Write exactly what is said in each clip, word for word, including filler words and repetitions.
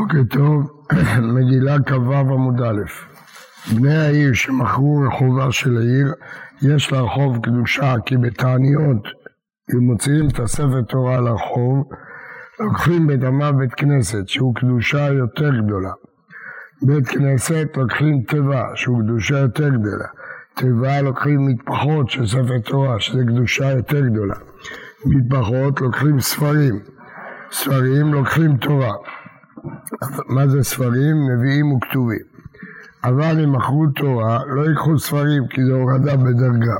בוקר טוב, מגילה כ"ו עמוד א'. בני העיר שמכרו רחובה של העיר, יש לרחוב קדושה, כי בתעניות אם מוציאים את הספר תורה לרחוב, לוקחים בדמה בית כנסת שהוא קדושה יותר גדולה. בית כנסת לוקחים טבע שהוא קדושה יותר גדולה. טבע לוקחים מטפחות של ספר תורה שזה קדושה יותר גדולה. מטפחות לוקחים ספרים. ספרים לוקחים תורה. מה זה ספרים? נביאים וכתובים. אבל אם מכרו תורה לא יקחו ספרים כי זה הורדה בדרגה.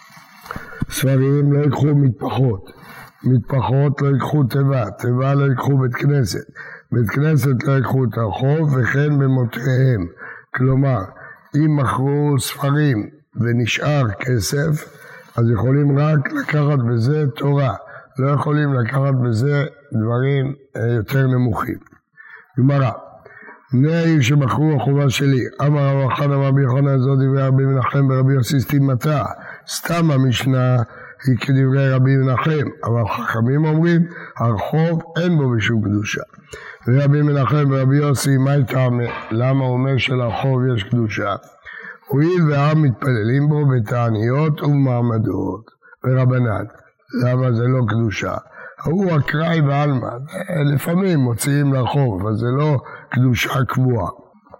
ספרים לא יקחו מטפחות. מטפחות לא יקחו טבע. טבע לא יקחו בית כנסת. בית כנסת לא יקחו את הרחוב וכן במותיהם. כלומר, אם מכרו ספרים ונשאר כסף, אז יכולים רק לקחת בזה תורה. לא יכולים לקחת בזה דברים יותר נמוכים. גמרא, בני העיר שמכרו רחובה שלי, אמר רב אחד אמר רבי יוחנן זו דברי רבי מנחם ורבי יוסי סתימתה. סתם המשנה היא כדברי רבי מנחם, אבל חכמים אומרים הרחוב אין בו משום קדושה. ורבי מנחם ורבי יוסי מה איתם? למה הוא אומר שלרחוב יש קדושה? הואיל והעם מתפללים בו בתעניות ובמעמדות ורבנן, למה זה לא קדושה? הוא אקראי בעלמא, לפעמים מוציאים לרחוב, אבל זה לא קדושה קבועה.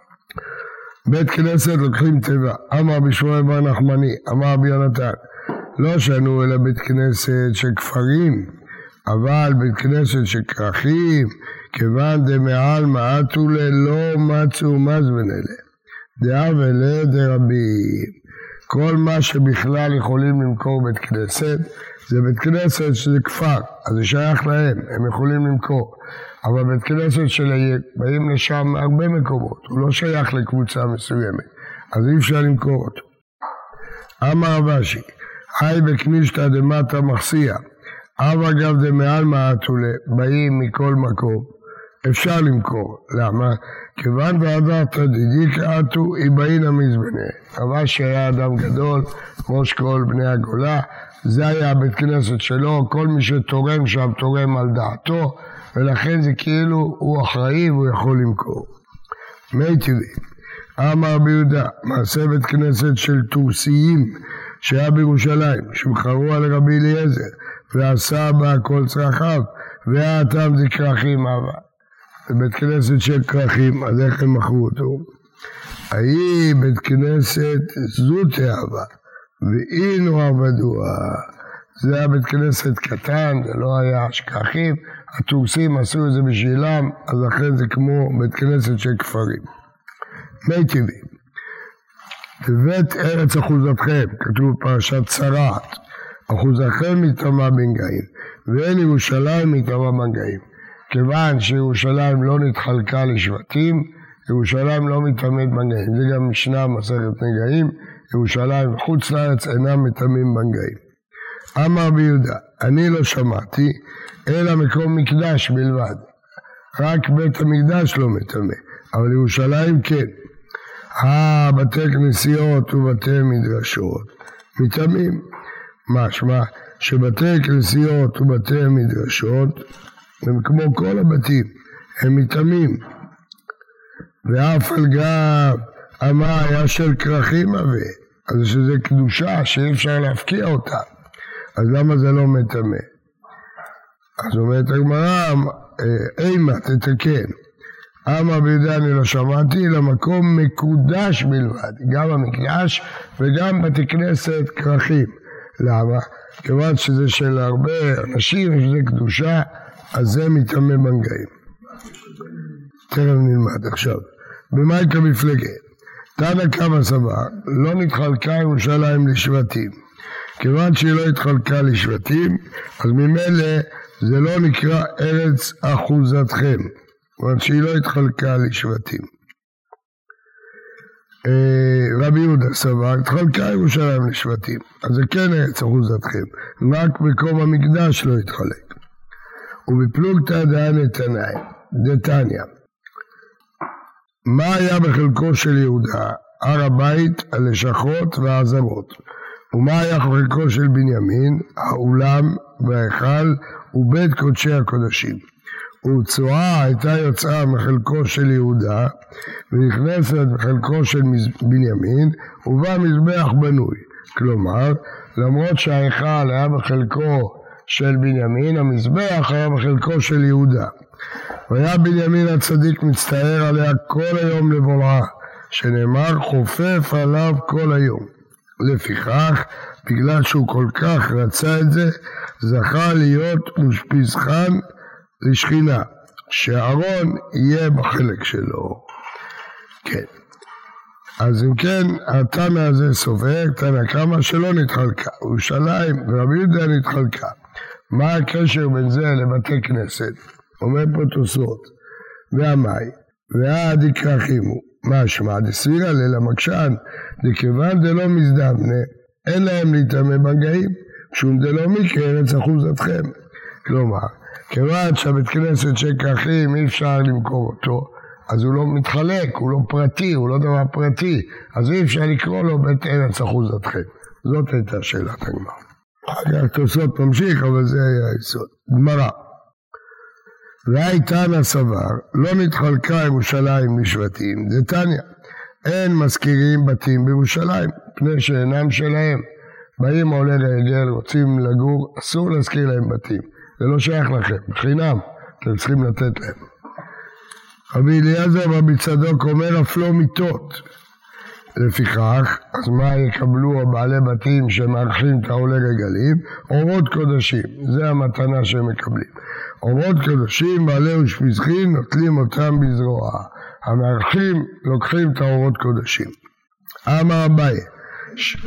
בית כנסת לוקחים טבע, אמר רבי שמואל בר נחמני, אמר רבי יונתן, לא שנו אלא בית כנסת של כפרים, אבל בית כנסת של כרכים, כיוון דמעלמא אתולה לא מצאו מזמן אלה, דעה ולה דרבים. כל מה שבכלל יכולים למכור בית כנסת, זה בית כנסת שזה כפר, אז זה שייך להם, הם יכולים למכור. אבל בית כנסת של העיר, באים לשם הרבה מקומות, הוא לא שייך לקבוצה מסוימת, אז אי אפשר למכור אותו. אמר רב אשי, היי בקנישתא דמטה מחסיה, אבא גב דמעלמא אתולה, באים מכל מקום, אפשר למכור. למה? כיוון והדרת דידי כאתו, איבאין המזבנה. רב אשי היה אדם גדול, ראש כל בני הגולה, זה היה הבית כנסת שלו, כל מי שתורם שם תורם על דעתו, ולכן זה כאילו הוא אחראי והוא יכול למכור. מי טבעי, אמר רבי יהודה, מעשה בית כנסת של טורסיים שהיה בירושלים, שמכרו על רבי אליעזר, ועשה בה כל צרכיו, והאטם זה כרכים אהבה. בית כנסת של כרכים, אז איך הם מכרו אותו? ההיא בית כנסת זו תאהבה. ואינו עבדוה, זה היה בית כנסת קטן, זה לא היה שכחים, הטורסים עשו את זה בשבילם, אז לכן זה כמו בית כנסת של כפרים. מי טבעי, בבית ארץ אחוזתכם, כתוב פרשת צרעת, אחוזתכם מטמא בנגעים, ואין ירושלים מטמא בנגעים. כיוון שירושלים לא נתחלקה לשבטים, ירושלים לא מטמאת בנגעים, זה גם משנה מסכת נגעים, ירושלים וחוץ לארץ אינם מטמאים בנגעים. אמר רבי יהודה, אני לא שמעתי, אלא מקום מקדש בלבד. רק בית המקדש לא מטמא, אבל ירושלים כן. אה, בתי כנסיות ובתי מדרשות מטמאים. משמע שבתי כנסיות ובתי מדרשות הם כמו כל הבתים, הם מטמאים. ואף על גב אמר היה של כרכים הווה, אז שזה קדושה שאי אפשר להפקיע אותה, אז למה זה לא מטמא? אז אומרת הגמרא, אימה תתקן, אמר בידי אני לא שמעתי, למקום מקודש בלבד, גם המקדש וגם בתי כנסת כרכים. למה? כיוון שזה של הרבה אנשים, שזה קדושה, אז זה מטמא בנגעים. תכף נלמד עכשיו. במייקה מפלגה, תנא קמא סבר, לא נתחלקה ירושלים לשבטים. כיוון שהיא לא התחלקה לשבטים, אז ממילא זה לא נקרא ארץ אחוזתכם. כיוון שהיא לא התחלקה לשבטים. רבי יהודה סבר, התחלקה ירושלים לשבטים, אז זה כן ארץ אחוזתכם. רק מקום המקדש לא התחלק. ובפלוגתא דתניא, מה היה בחלקו של יהודה? הר הבית, הלשכות והעזרות. ומה היה בחלקו של בנימין? האולם וההיכל ובית קודשי הקודשים. וצועה הייתה יוצאה מחלקו של יהודה ונכנסת מחלקו של בנימין, ובא מזבח בנוי. כלומר, למרות שההיכל היה בחלקו של בנימין, המזבח היה בחלקו של יהודה. והיה בנימין הצדיק מצטער עליה כל היום לבולעה, שנאמר חופף עליו כל היום. לפיכך, בגלל שהוא כל כך רצה את זה, זכה להיות מושפיזכן לשכינה, שאהרון יהיה בחלק שלו. כן. אז אם כן, התנא הזה סובר, תנא קמא שלא נתחלקה. ירושלים ורבי יהודה נתחלקה. מה הקשר בין זה לבתי כנסת? אומר פה תוספות. והמאי, והעד יקרחימו. מה שמע? דסבירא ללמקשן, דכיוון דלא מזדמנה, אין להם להתאמה בגאים, משום דלא מקרץ אחוזתכם. כלומר, כיוון שהבית כנסת של כרכים אי אפשר למכור אותו, אז הוא לא מתחלק, הוא לא פרטי, הוא לא דבר פרטי, אז אי אפשר לקרוא לו בית ארץ אחוזתכם. זאת הייתה שאלת הגמרא. אחר כך תוספות ממשיך, אבל זה היה היסוד. גמרא. והייתנא סבר, לא נתחלקה ירושלים לשבטים, זה תניא. אין מזכירים בתים בירושלים, פני שאינם שלהם. באים עולי רגל, רוצים לגור, אסור להזכיר להם בתים. זה לא שייך לכם, בחינם, אתם צריכים לתת להם. רבי אליעזר רבי צדוק אומר אף לא מיטות. לפיכך, אז מה יקבלו הבעלי בתים שמארחים את העולי רגלים? אורות קודשים, זה המתנה שהם מקבלים. אורות קודשים, בעלי ושפיזכין, נוטלים אותם בזרוע. המארחים לוקחים את האורות קודשים. אמר אביי, ש...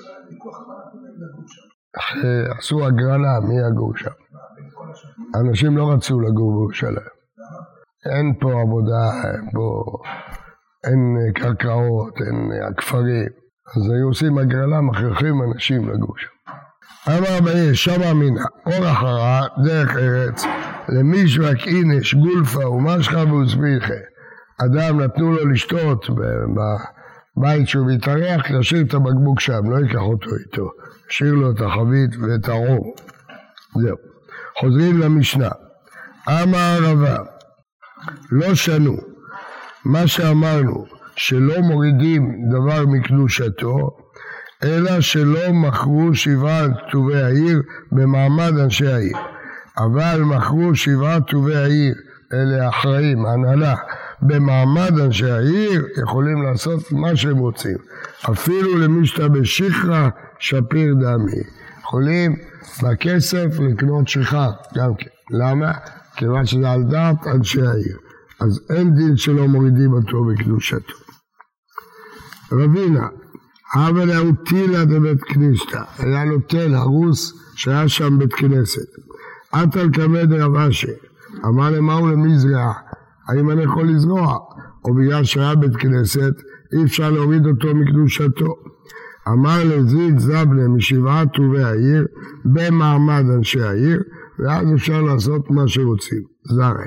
עשו הגרלה, מי יגור שם? אנשים לא רצו לגור בירושלים. אין פה עבודה, אין פה, אין קרקעות, אין הכפרים. אז היו עושים הגרלה, מכריחים אנשים לגור שם. אמר אביי, שמע מינא, אור אחרה, דרך ארץ, למישבק אינש, גולפה ומשכה והוסביכה. אדם נתנו לו לשתות בבית שהוא מתארח, להשאיר את הבקבוק שם, לא ייקח אותו איתו. השאיר לו את החבית ואת האור. זהו. חוזרים למשנה. אמר רבא, לא שנו. מה שאמרנו, שלא מורידים דבר מקדושתו, אלא שלא מכרו שבעה טובי העיר במעמד אנשי העיר. אבל מכרו שבעה טובי העיר, אלה אחראים, הנהלה, במעמד אנשי העיר, יכולים לעשות מה שהם רוצים. אפילו למשתה בשכרה שפיר דמי. יכולים בכסף לקנות שכר, גם כן. למה? כיוון שזה על דעת אנשי העיר. אז אין דין שלא מורידים אותו בקדושתו. רבינה, אבל הוא תילה דבית כניסתא, היה לו תל הרוס שהיה שם בית כנסת. עטל כמד רב אשי, אמר למהו למזרע, האם אני יכול לזרוע? או בגלל שהיה בית כנסת, אי אפשר להוריד אותו מקדושתו. אמר לזיד זבנה משבעה טובי העיר, במעמד אנשי העיר, ואז אפשר לעשות מה שרוצים. זרה.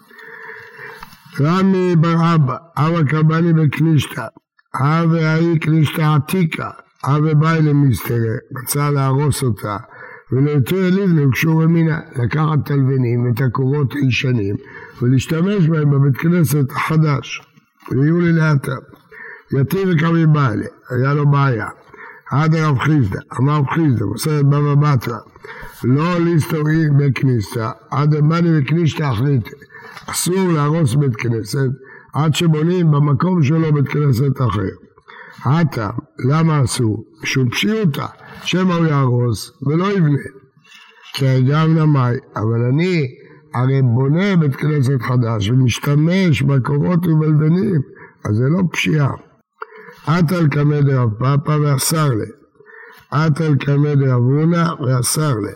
רמי בר אבא, אבא קבני בקנישתא, אבא ההיא קנישתא עתיקה, אבא באי למסתרה, רצה להרוס אותה, ולאותו אליבנה קשור ימינה, לקחת תלבנים את הקורות הישנים, ולהשתמש בהם בבית כנסת החדש, ויהיו לי לאטה. יתיר וקרבי בעלה, היה לו בעיה. עד הרב חיסדא, אמר רב חיסדא, מסורת בבא בתרא, לא להסתובב בכניסתא, עד הבני בכניסתא החליטה. אסור להרוס בית כנסת, עד שבונים במקום שלו בית כנסת אחר. עתה, למה אסור? שום פשיעותא, שמא הוא יהרוס ולא יבנה. כי גם נמי, אבל אני הרי בונה בית כנסת חדש ומשתמש בקורות ובלבנים, אז זה לא פשיעה. עתל כמד רב פאפא ואסר לה. עתל כמד רב הונא ואסר לה.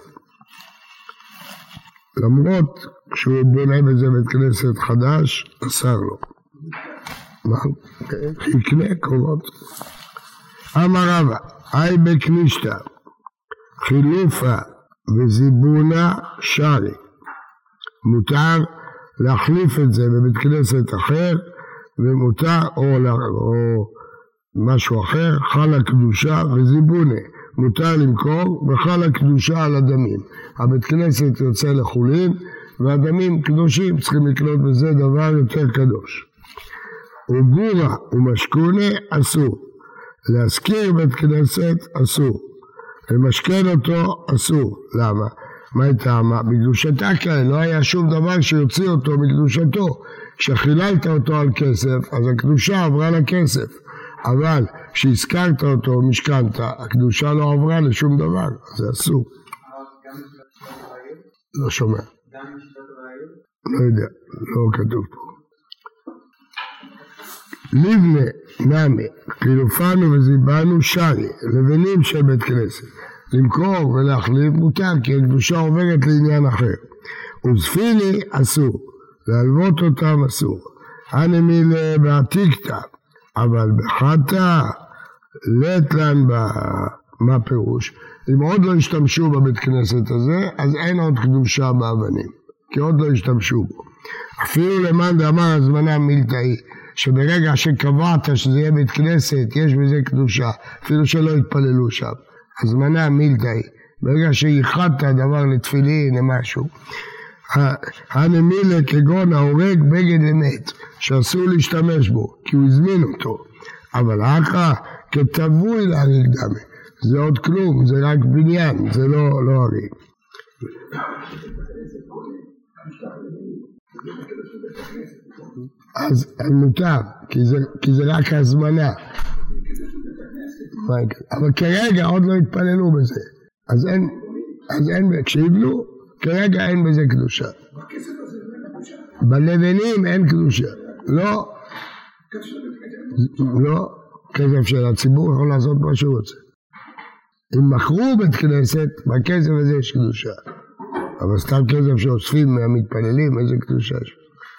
למרות כשהוא בונה בזה בית כנסת חדש, אסר לו. מה? יקנה קורות. אמר רבא, אי בקנישתא, חילופה וזיבונה שרי. מותר להחליף את זה בבית כנסת אחר, ומותר, או, או משהו אחר, חל הקדושה וזיבונה. מותר למכור וחל הקדושה על הדמים. הבית כנסת יוצא לחולין, והדמים קדושים, צריכים לקנות בזה דבר יותר קדוש. ובורה ומשכונה אסור, להזכיר בית כנסת אסור, למשכן אותו אסור. למה? מה הייתה? בקדושתה כאלה, לא היה שום דבר שיוציא אותו מקדושתו. כשחיללת אותו על כסף, אז הקדושה עברה לכסף, אבל כשהזכרת אותו משכנת, הקדושה לא עברה לשום דבר, זה אסור. לא שומע. לא יודע, לא כתוב פה. לבנה נמי, חילופנו וזיבנו שרי, לבנים של בית כנסת. למכור ולהחליף מותר, כי הקדושה עוברת לעניין אחר. וזפילי אסור, להלוות אותם אסור. הנמיל בעתיקתא, אבל בחטא לטלן בה, מה פירוש? אם עוד לא השתמשו בבית כנסת הזה, אז אין עוד קדושה באבנים, כי עוד לא השתמשו בו. אפילו למאן דאמר הזמנה מילתאי, שברגע שקבעת שזה יהיה בית כנסת, יש בזה קדושה, אפילו שלא יתפללו שם. הזמנה מילתאי, ברגע שייחדת דבר לתפילין למשהו. הנמילה כגון ההורג בגד למת, שאסור להשתמש בו, כי הוא הזמין אותו. אבל אחא כתבוי להריג דמי, זה עוד כלום, זה רק בניין, זה לא, לא הריג. אז מותר, כי זה, כי זה רק הזמנה. אבל כרגע עוד לא התפללו בזה, אז אין, אז אין, כשיבנו, כרגע אין בזה קדושה. בלבנים אין קדושה. לא, לא, כסף של הציבור יכול לעשות מה שהוא רוצה. אם מכרו בית כנסת, בכסף הזה יש קדושה. אבל סתם כסף שאוספים מהמתפללים, איזה קדושה יש.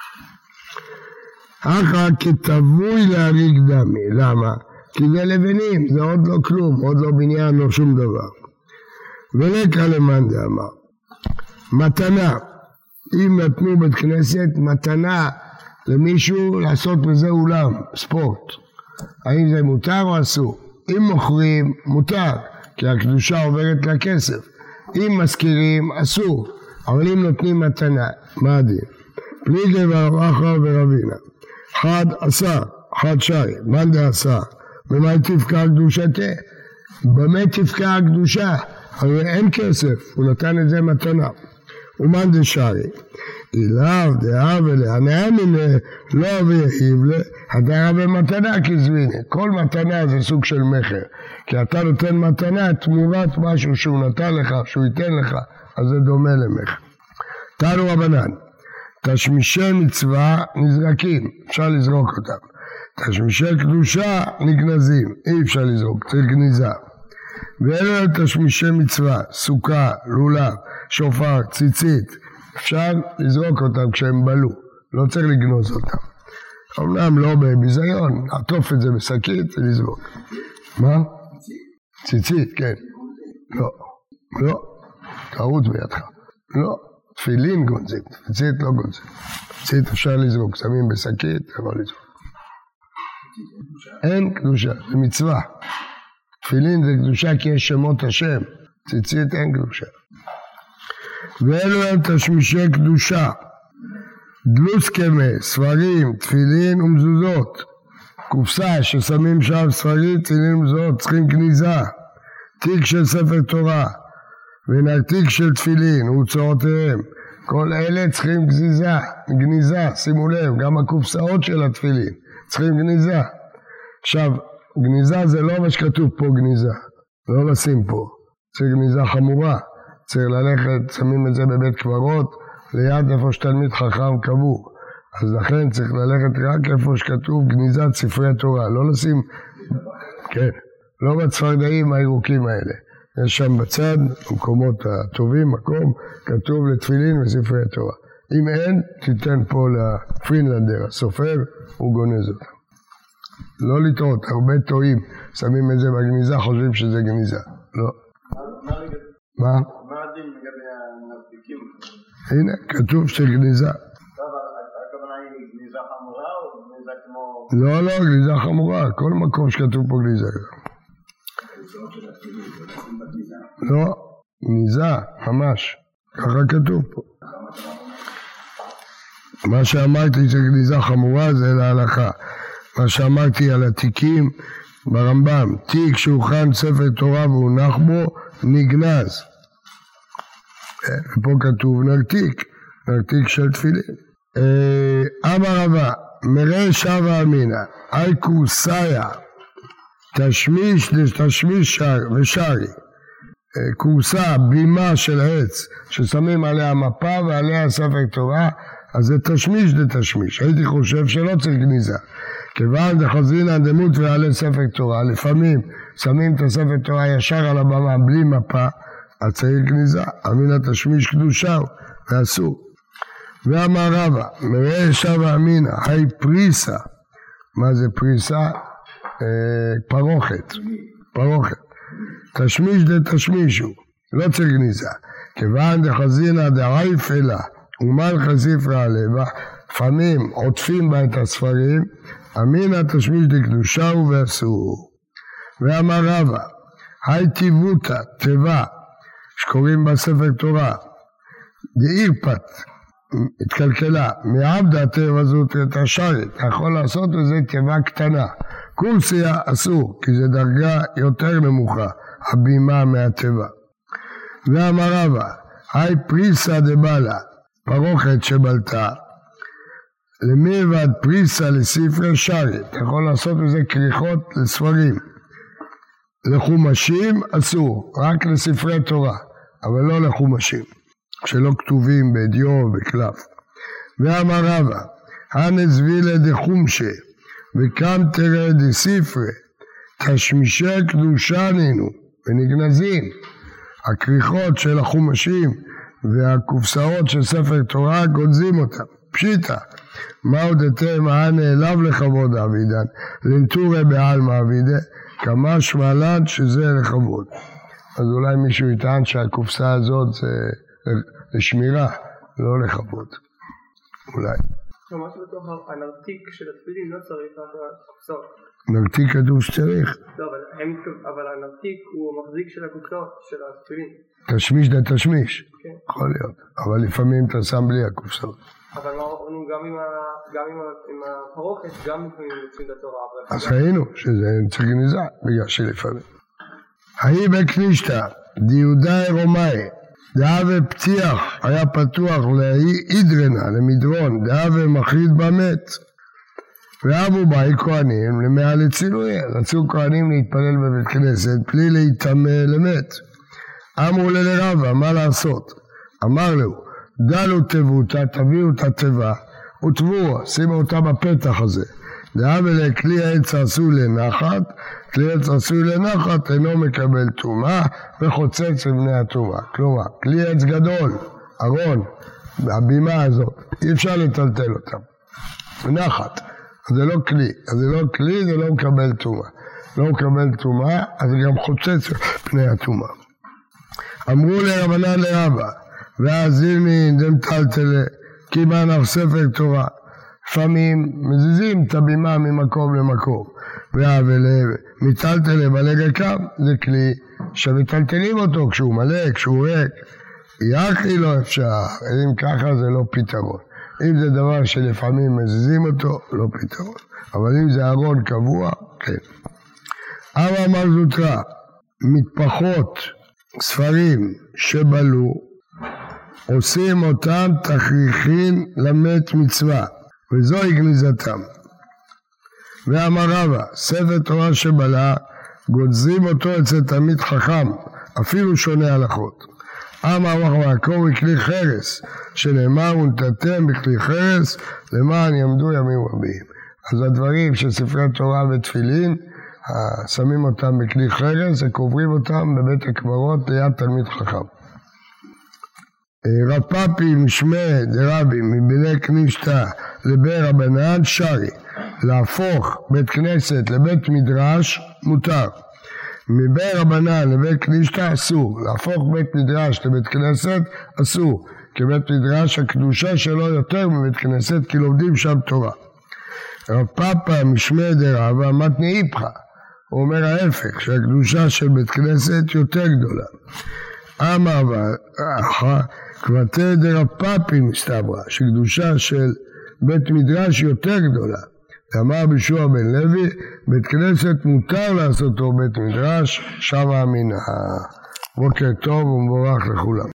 אחר כתבוי להריג דמי, למה? כי זה לבנים, זה עוד לא כלום, עוד לא בניין, לא שום דבר. ולקרא למאן דאמר, מתנה, אם נתנו בית כנסת מתנה למישהו לעשות בזה אולם, ספורט, האם זה מותר או אסור? אם מוכרים, מותר, כי הקדושה עוברת לכסף. אם מזכירים, אסור, אבל אם נותנים מתנה, מה הדין? פליגי ורבחה ורבינה, אחד עשר, אחד שי, מאן דעשר, במה תפקע קדושתה? במה תפקע הקדושה? הרי אין כסף, הוא נתן את זה מתנה. ומאן דשרי, אילאו דעה ולעניה מנה, לא ויחיב לה, הדעה במתנה כזמינה. כל מתנה זה סוג של מחר, כי אתה נותן מתנה תמורת משהו שהוא נתן לך, שהוא ייתן לך, אז זה דומה למחר. תנו רבנן, תשמישי מצווה נזרקים, אפשר לזרוק אותם. תשמישי קדושה נגנזים, אי אפשר לזרוק, צריך גניזה. ואלה תשמישי מצווה, סוכה, לולב, שופר, ציצית, אפשר לזרוק אותם כשהם בלו, לא צריך לגנוז אותם. אמנם לא בביזיון, לעטוף את זה בשקית ולזרוק. מה? ציצית, כן. לא, לא, טעות בידך. לא, תפילין גונזים, ציצית לא גונזים. ציצית אפשר לזרוק, שמים בשקית, יכול לזרוק. אין קדושה, זה מצווה. תפילין זה קדושה כי יש שמות השם, ציצית אין קדושה. ואלו הם תשמישי קדושה, דלוס קמה, ספרים, תפילין ומזוזות. קופסה ששמים שם ספרים, תפילין ומזוזות, צריכים גניזה. תיק של ספר תורה, ונרתיק של תפילין וצורותיהם. כל אלה צריכים גניזה, גניזה, שימו לב, גם הקופסאות של התפילין, צריכים גניזה. עכשיו, גניזה זה לא מה שכתוב פה גניזה, לא לשים פה, צריך גניזה חמורה, צריך ללכת, שמים את זה בבית קברות, ליד איפה שתלמיד חכם קבור, אז לכן צריך ללכת רק איפה שכתוב גניזת ספרי תורה, לא לשים, כן, לא בצפרדעים הירוקים האלה, יש שם בצד, במקומות הטובים, מקום, כתוב לתפילין וספרי תורה. אם אין, תיתן פה לפרינלנדר, הסופר, הוא גונז אותם. לא לטעות, הרבה טועים, שמים את זה בגניזה, חושבים שזה גניזה. לא. מה? מה הדין לגבי הנרתיקים? הנה, כתוב שגניזה. לא, אבל הכוונה היא גניזה חמורה או גניזה כמו... לא, לא, גניזה חמורה, כל מקום שכתוב פה גניזה. לא, גניזה, ממש, ככה כתוב פה. מה שאמרתי שגניזה חמורה זה להלכה. מה שאמרתי על התיקים ברמב"ם, תיק שהוכן ספר תורה והונח בו, נגנז. ופה כתוב נרתיק, נרתיק של תפילין. אמר רבא, מראה שווה אמינא, אי כורסיה, תשמיש תשמיש ושרי. כורסה, בימה של עץ, ששמים עליה מפה ועליה ספר תורה, אז זה תשמיש דתשמיש. הייתי חושב שלא צריך גניזה. כיוון דחזינא דמות ועלה ספר תורה, לפעמים שמים את הספר תורה ישר על הבמה בלי מפה, אז צריך גניזה. אמינא תשמיש קדושה ואסור. ואמר רבא, מראה שווה אמינא, היי פריסה. מה זה פריסה? אה, פרוכת. פרוכת. תשמיש דתשמישו, לא צריך גניזה. כיוון דחזינא דעייף אלה, ומלכה ספרה עליה, לפעמים עוטפים בה את הספרים, אמינא תשמיש דקדושה ואסור. ואמר רבא, היי טיבותא, תיבה, שקוראים בספר תורה, דאירפת, התקלקלה, מעבדה התיבה הזאת את השרת, אתה יכול לעשות איזה תיבה קטנה. כורסיה אסור, כי זה דרגה יותר נמוכה, הבימה מהתיבה. ואמר רבא, היי פריסה דבלה, פרוכת שבלתה, למלבד פריסה לספרי שרי, אתה יכול לעשות איזה כריכות לספרים. לחומשים אסור, רק לספרי תורה, אבל לא לחומשים, שלא כתובים בדיו ובקלף. ואמר רבא, הנזבילה דחומשי, וכאן תראה דספרי, תשמישי קדושה נינו, ונגנזים. הכריכות של החומשים והקופסאות של ספר תורה גונזים אותם. פשיטה, מהו דתם הנעלב לכבוד אבידן, לנטורי בעלמא אבידה, כמה שמלן שזה לכבוד. אז אולי מישהו יטען שהקופסה הזאת זה לשמירה, לא לכבוד. אולי. ממש בתוך הנרתיק של התפילין לא צריך רק הקופסאות. נרתיק כתוב שצריך. לא, אבל, הם, אבל הנרתיק הוא המחזיק של הקופסאות של התפילין. תשמיש דה תשמיש. כן. יכול להיות. אבל לפעמים אתה שם בלי הקופסאות. אבל גם עם, ה, גם עם, ה, עם הפרוכת, גם לפעמים יוצאים לתורה. אז ראינו שזה צריך גניזה, בגלל שלפעמים. ההיא בקנישתא, דיודאי רומאי, דאבה פתיח, היה פתוח להיא אידרנה, למדרון, דאבה מחריד במת. ואבו באי כהנים למאה לצילויה, רצו כהנים להתפלל בבית כנסת, בלי להתאמה למת. אמרו לרבא, מה לעשות? אמר לו, דלו תבותה, תביאו את התיבה, ותבואה, שימו אותה בפתח הזה. דאבה לכלי העץ עשוי לנחת, כלי העץ עשוי לנחת אינו מקבל טומאה, וחוצץ לבני הטומאה. כלומר, כלי עץ גדול, ארון, הבימה הזאת, אי אפשר לטלטל אותם. נחת. זה לא כלי, אז זה לא כלי, זה לא מקבל טומאה. לא מקבל טומאה, אז זה גם חוצץ פני הטומאה. אמרו לרבנן לרבא, והזימין דמטלטלה, כי מנח ספר תורה. לפעמים מזיזים את הבימה ממקום למקום. ומטלטלה בלג הקם, זה כלי שמטלטלים אותו כשהוא מלא, כשהוא ריק. יחי לא אפשר, אם ככה זה לא פתרון. אם זה דבר שלפעמים מזיזים אותו, לא פתרון. אבל אם זה ארון קבוע, כן. אמר מר זוטרא, מטפחות ספרים שבלו, עושים אותם תכריכין למת מצווה, וזוהי גניזתם. ואמר רבא, ספר תורה שבלה, גונזים אותו אצל תלמיד חכם, אפילו שונה הלכות. אמר וחמקור בכלי חרס, שנאמר ונתתם בכלי חרס, למען יעמדו ימים רבים. אז הדברים של ספרי תורה ותפילין, שמים אותם בכלי חרס, וקוברים אותם בבית הקברות ליד תלמיד חכם. רב פאפי משמע דרבי מבני כנישתא לבי רבנן שרי, להפוך בית כנסת לבית מדרש מותר. מבי רבנן לבית כנישתא אסור, להפוך בית מדרש לבית כנסת אסור, כי בית מדרש הקדושה שלו יותר מבית כנסת, כי לומדים שם תורה. רב פאפא משמע דרבא מתני איפכא, הוא אומר ההפך, שהקדושה של בית כנסת יותר גדולה. אמר אחא, כבתי דרב פאפי מסתברא, שקדושה של בית מדרש יותר גדולה. אמר בישוע בן לוי, בית כנסת מותר לעשותו בית מדרש, שמה המנהג. בוקר טוב ומבורך לכולם.